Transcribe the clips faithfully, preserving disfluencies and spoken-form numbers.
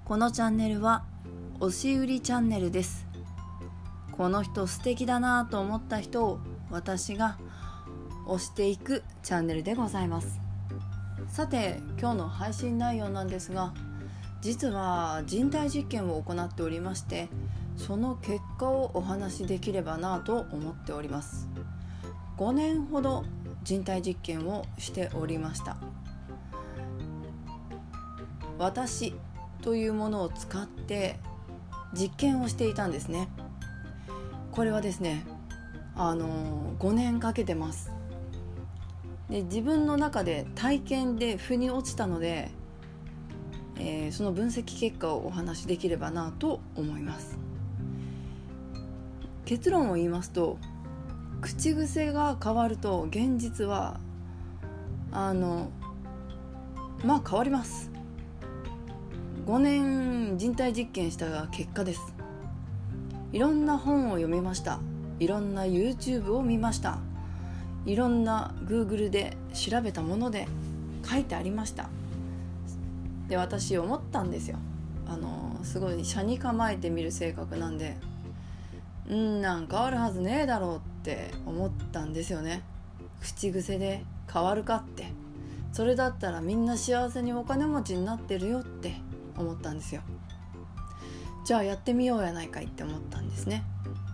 このチャンネルは押し売りチャンネルです。この人素敵だなと思った人を私が推していくチャンネルでございます。さて、今日の配信内容なんですが、実は人体実験を行っておりまして、その結果をお話しできればなと思っております。ごねんほど人体実験をしておりました。私というものを使って実験をしていたんですね。これはですね、あのごねんかけてます。で、自分の中で体験で腑に落ちたので、えー、その分析結果をお話しできればなと思います。結論を言いますと、口癖が変わると現実はあのまあ変わります。ごねん人体実験した結果です。いろんな本を読みました。いろんな YouTube を見ました。いろんな Google で調べたもので書いてありました。で、私思ったんですよ。あのすごい斜に構えて見る性格なんで、んなん変わるはずねえだろうって思ったんですよね。口癖で変わるかって、それだったらみんな幸せにお金持ちになってるよって思ったんですよ。じゃあやってみようやないかいって思ったんですね。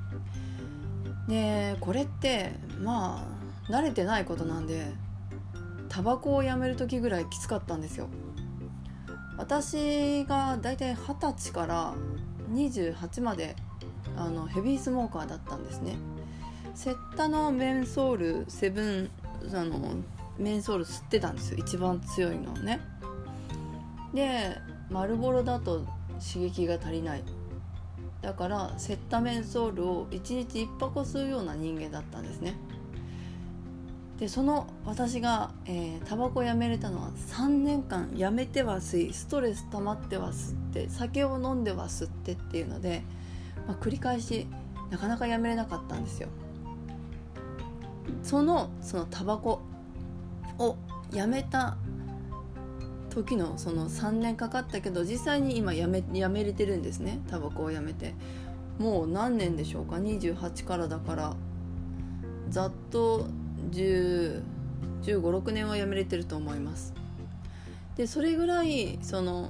で、これってまあ慣れてないことなんで、タバコをやめる時ぐらいきつかったんですよ。私がだいたいはたちからにじゅうはちまであのヘビースモーカーだったんですね。セッタのメンソールセブンあのメンソール吸ってたんですよ、一番強いのをね。で、マルボロだと刺激が足りない、だからセッタメンソールをいちにちいちはこ吸うような人間だったんですね。で、その私が、えー、タバコをやめれたのはさんねんかんやめては吸い、ストレス溜まっては吸って、酒を飲んでは吸ってっていうので、まあ、繰り返しなかなかやめれなかったんですよ。そのそのタバコをやめた時のそのさんねんかかったけど、実際に今やめやめれてるんですね。タバコをやめてもう何年でしょうか。にじゅうはちからだからざっとじゅう、じゅうご、ろくねんはやめれてると思います。で、それぐらいその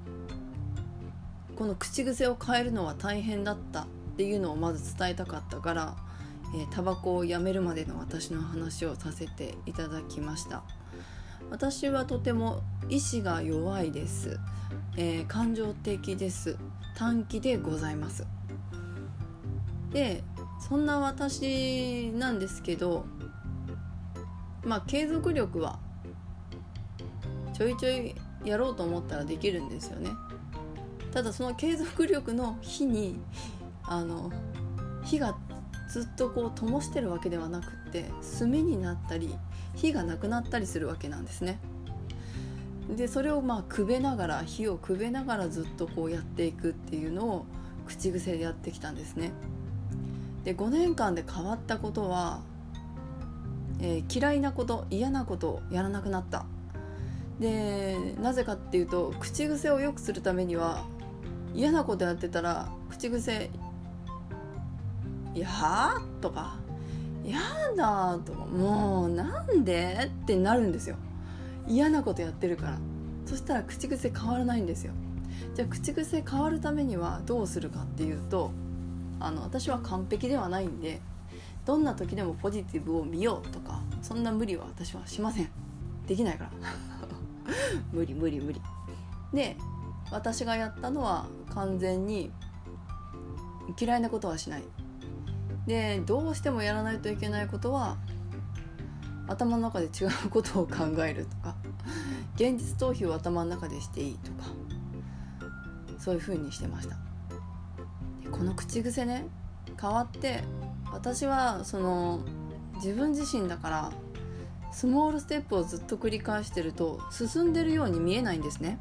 この口癖を変えるのは大変だったっていうのをまず伝えたかったから、えー、タバコをやめるまでの私の話をさせていただきました。私はとても意志が弱いです、えー、感情的です。短気でございます。で、そんな私なんですけど、まあ継続力はちょいちょいやろうと思ったらできるんですよね。ただその継続力の火にあの火がずっとこう灯してるわけではなくって、炭になったり火がなくなったりするわけなんですね。で、それをまあくべながら火をくべながらずっとこうやっていくっていうのを口癖でやってきたんですね。で、ごねんかんで変わったことは、えー、嫌いなこと、嫌なことをやらなくなった。で、なぜかっていうと、口癖を良くするためには、嫌なことやってたら口癖いやーとかやだとかもうなんでってなるんですよ。嫌なことやってるから。そしたら口癖変わらないんですよ。じゃあ口癖変わるためにはどうするかっていうと、あの私は完璧ではないんで、どんな時でもポジティブを見ようとか、そんな無理は私はしません。できないから無理無理無理で、私がやったのは完全に嫌いなことはしない。で、どうしてもやらないといけないことは、頭の中で違うことを考えるとか、現実逃避を頭の中でしていいとか、そういう風にしてました。で、この口癖ね、変わって、私はその自分自身だからスモールステップをずっと繰り返してると進んでるように見えないんですね。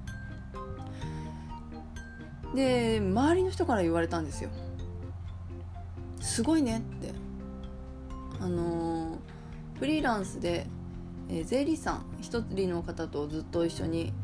で、周りの人から言われたんですよ。すごいねって。あのー、フリーランスで、えー、税理士さん一人の方とずっと一緒に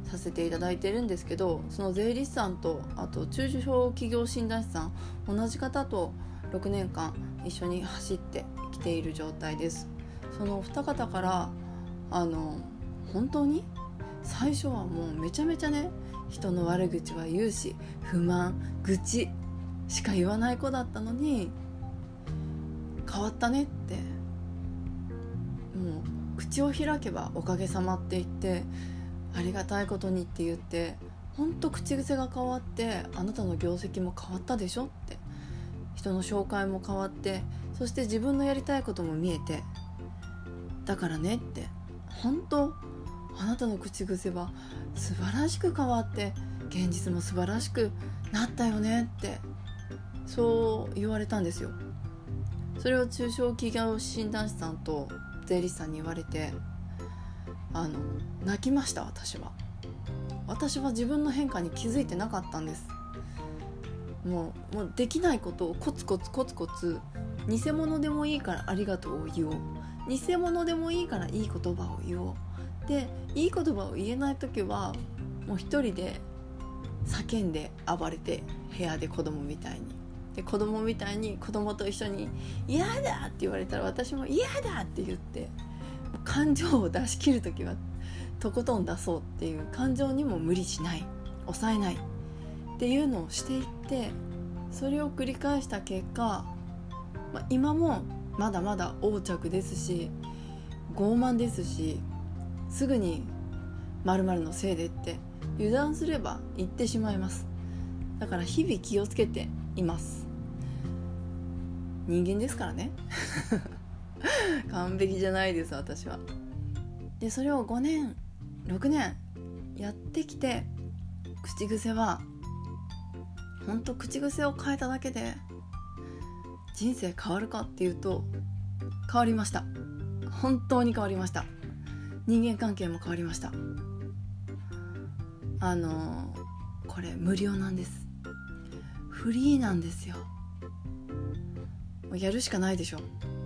させていただいてるんですけど、その税理士さんとあと中小企業診断士さん、同じ方とろくねんかん一緒に走ってきている状態です。その二方からあの本当に最初はもうめちゃめちゃね、人の悪口は言うし、不満愚痴しか言わない子だったのに、変わったねって、もう口を開けばおかげさまって言って、ありがたいことにって言って、ほんと口癖が変わって、あなたの業績も変わったでしょって、人の紹介も変わって、そして自分のやりたいことも見えて、だからねって、本当あなたの口癖は素晴らしく変わって、現実も素晴らしくなったよねって、そう言われたんですよ。それを中小企業診断士さんと税理士さんに言われて、あの泣きました。私は私は自分の変化に気づいてなかったんです。もう、もうできないことをコツコツコツコツ、偽物でもいいからありがとうを言おう、偽物でもいいからいい言葉を言おう、でいい言葉を言えない時はもう一人で叫んで暴れて、部屋で子供みたいに、で子供みたいに子供と一緒に嫌だって言われたら私も嫌だって言って、感情を出し切るときはとことん出そうっていう、感情にも無理しない、抑えないっていうのをしていって、それを繰り返した結果、まあ、今もまだまだ横着ですし、傲慢ですし、すぐに〇〇のせいでって油断すれば言ってしまいます。だから日々気をつけています。人間ですからね完璧じゃないです、私は。でそれをごねんろくねんやってきて、口癖はほんと口癖を変えただけで人生変わるかっていうと、変わりました。本当に変わりました。人間関係も変わりました。あのこれ無料なんです。フリーなんですよ。もうやるしかないでしょ。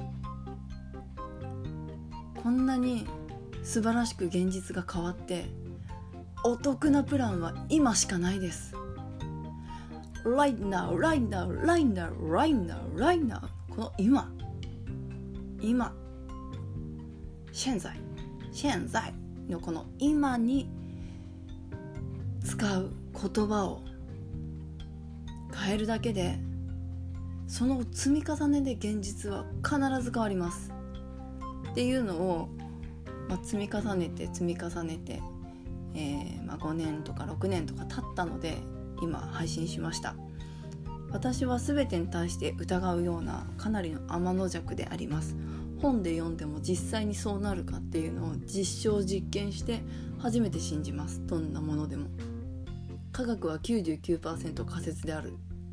こんなに素晴らしく現実が変わって、お得なプランは今しかないです。 Right now, right now, right now, right now, right now。 この今今現在現在のこの今に使う言葉を変えるだけで、その積み重ねで現実は必ず変わりますっていうのを、まあ、積み重ねて積み重ねて、えーまあ、ごねんとかろくねんとか経ったので今配信しました。私は全てに対して疑うようなかなりの天の弱であります。本で読んでも実際にそうなるかっていうのを実証実験して初めて信じます。どんなものでも科学は きゅうじゅうきゅうパーセント 仮説である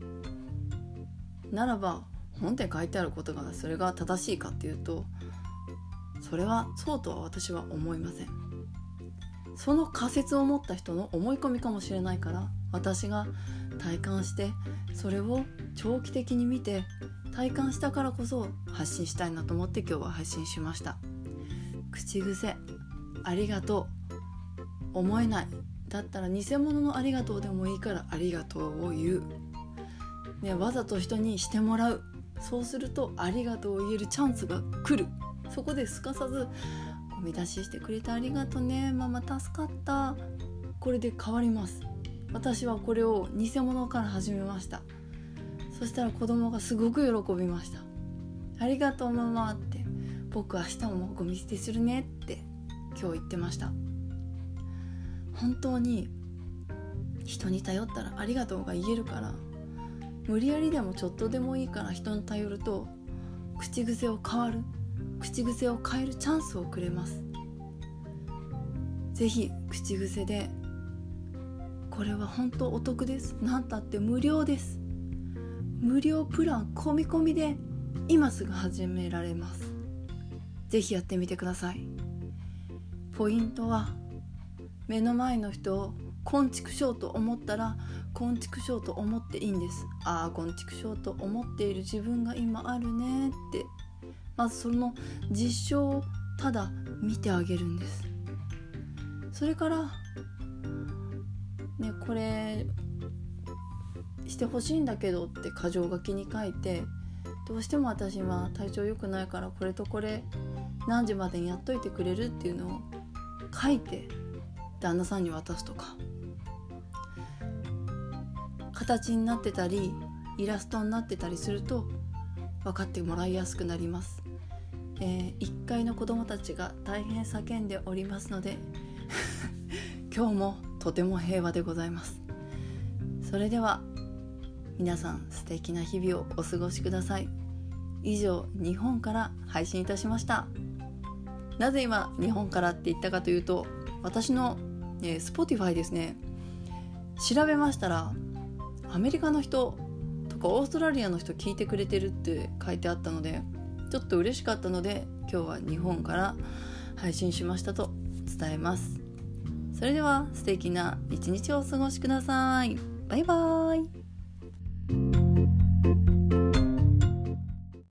ならば、本で書いてあることがそれが正しいかっていうと、それはそうとは私は思いません。その仮説を持った人の思い込みかもしれないから、私が体感してそれを長期的に見て体感したからこそ発信したいなと思って今日は配信しました。口癖ありがとう思えない、だったら偽物のありがとうでもいいからありがとうを言う、ね、わざと人にしてもらう。そうするとありがとうを言えるチャンスが来る。そこですかさずゴミ出ししてくれてありがとね、ママ助かった。これで変わります。私はこれを偽物から始めました。そしたら子供がすごく喜びました。ありがとうママって、僕明日もゴミ捨てするねって今日言ってました。本当に人に頼ったらありがとうが言えるから、無理やりでもちょっとでもいいから人に頼ると口癖を変わる口癖を変えるチャンスをくれます。ぜひ口癖で、これは本当お得です、なんたって無料です、無料プラン込み込みで今すぐ始められます。ぜひやってみてください。ポイントは、目の前の人をこんちくしょうと思ったらこんちくしょうと思っていいんです。ああこんちくしょうと思っている自分が今あるねって、まずその実証をただ見てあげるんです。それからね、これしてほしいんだけどって箇条書きに書いて、どうしても私は体調良くないからこれとこれ何時までにやっといてくれるっていうのを書いて旦那さんに渡すとか、形になってたりイラストになってたりすると分かってもらいやすくなります。えー、いっかいの子どもたちが大変叫んでおりますので今日もとても平和でございます。それでは皆さん素敵な日々をお過ごしください。以上、日本から配信いたしました。なぜ今日本からって言ったかというと、私の、えー、Spotify ですね、調べましたらアメリカの人とかオーストラリアの人聞いてくれてるって書いてあったので、ちょっと嬉しかったので今日は日本から配信しましたと伝えます。それでは素敵な一日をお過ごしください。バイバイ。